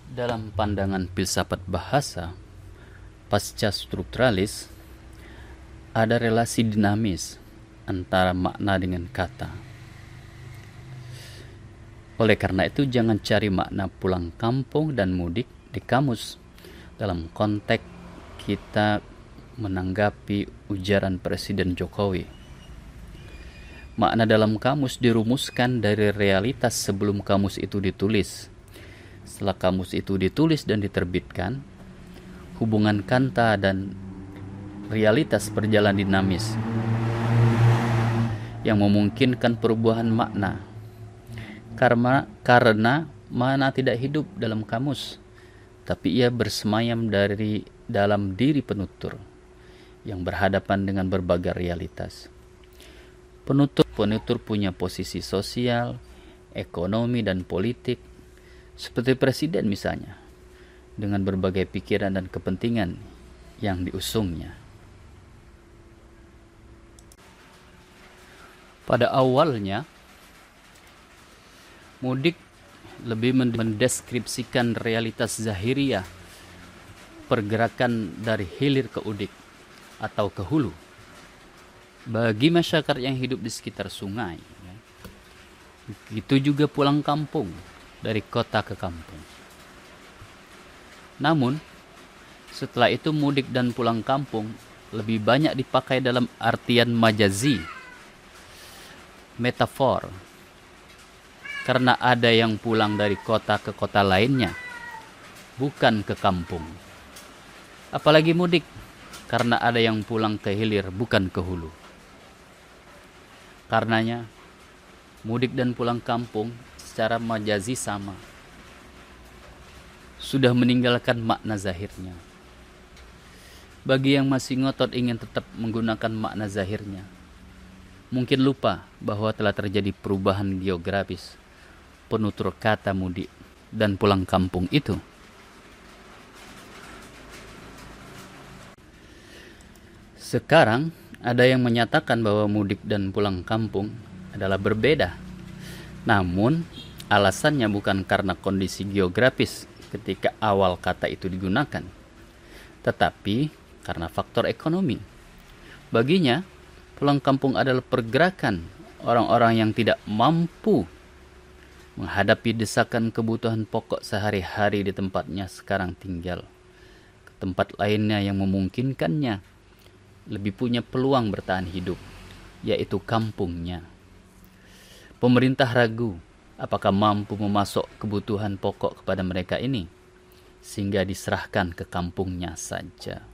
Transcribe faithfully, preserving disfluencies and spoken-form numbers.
Dalam pandangan filsafat bahasa pasca strukturalis, ada relasi dinamis antara makna dengan kata. Oleh karena itu, jangan cari makna pulang kampung dan mudik di kamus dalam konteks kita menanggapi ujaran Presiden Jokowi. Makna dalam kamus dirumuskan dari realitas sebelum kamus itu ditulis. Setelah kamus itu ditulis dan diterbitkan, hubungan kata dan realitas berjalan dinamis yang memungkinkan perubahan makna. Karena, karena makna tidak hidup dalam kamus, tapi ia bersemayam dari dalam diri penutur yang berhadapan dengan berbagai realitas. Penutur, penutur punya posisi sosial, ekonomi, dan politik, seperti presiden misalnya, dengan berbagai pikiran dan kepentingan yang diusungnya. Pada awalnya, mudik lebih mendeskripsikan realitas zahiriah, pergerakan dari hilir ke udik atau ke hulu. Bagi masyarakat yang hidup di sekitar sungai, begitu juga pulang kampung, dari kota ke kampung. Namun, setelah itu mudik dan pulang kampung lebih banyak dipakai dalam artian majazi, metafor, karena ada yang pulang dari kota ke kota lainnya, bukan ke kampung. Apalagi mudik, karena ada yang pulang ke hilir, bukan ke hulu. Karenanya, mudik dan pulang kampung secara majazi sama, sudah meninggalkan makna zahirnya. Bagi yang masih ngotot ingin tetap menggunakan makna zahirnya, mungkin lupa bahwa telah terjadi perubahan geografis penutur kata mudik dan pulang kampung itu. Sekarang ada yang menyatakan bahwa mudik dan pulang kampung adalah berbeda. Namun, alasannya bukan karena kondisi geografis ketika awal kata itu digunakan, tetapi karena faktor ekonomi. Baginya, pulang kampung adalah pergerakan orang-orang yang tidak mampu menghadapi desakan kebutuhan pokok sehari-hari di tempatnya sekarang tinggal, ke tempat lainnya yang memungkinkannya lebih punya peluang bertahan hidup, yaitu kampungnya. Pemerintah ragu apakah mampu memasok kebutuhan pokok kepada mereka ini, sehingga diserahkan ke kampungnya saja.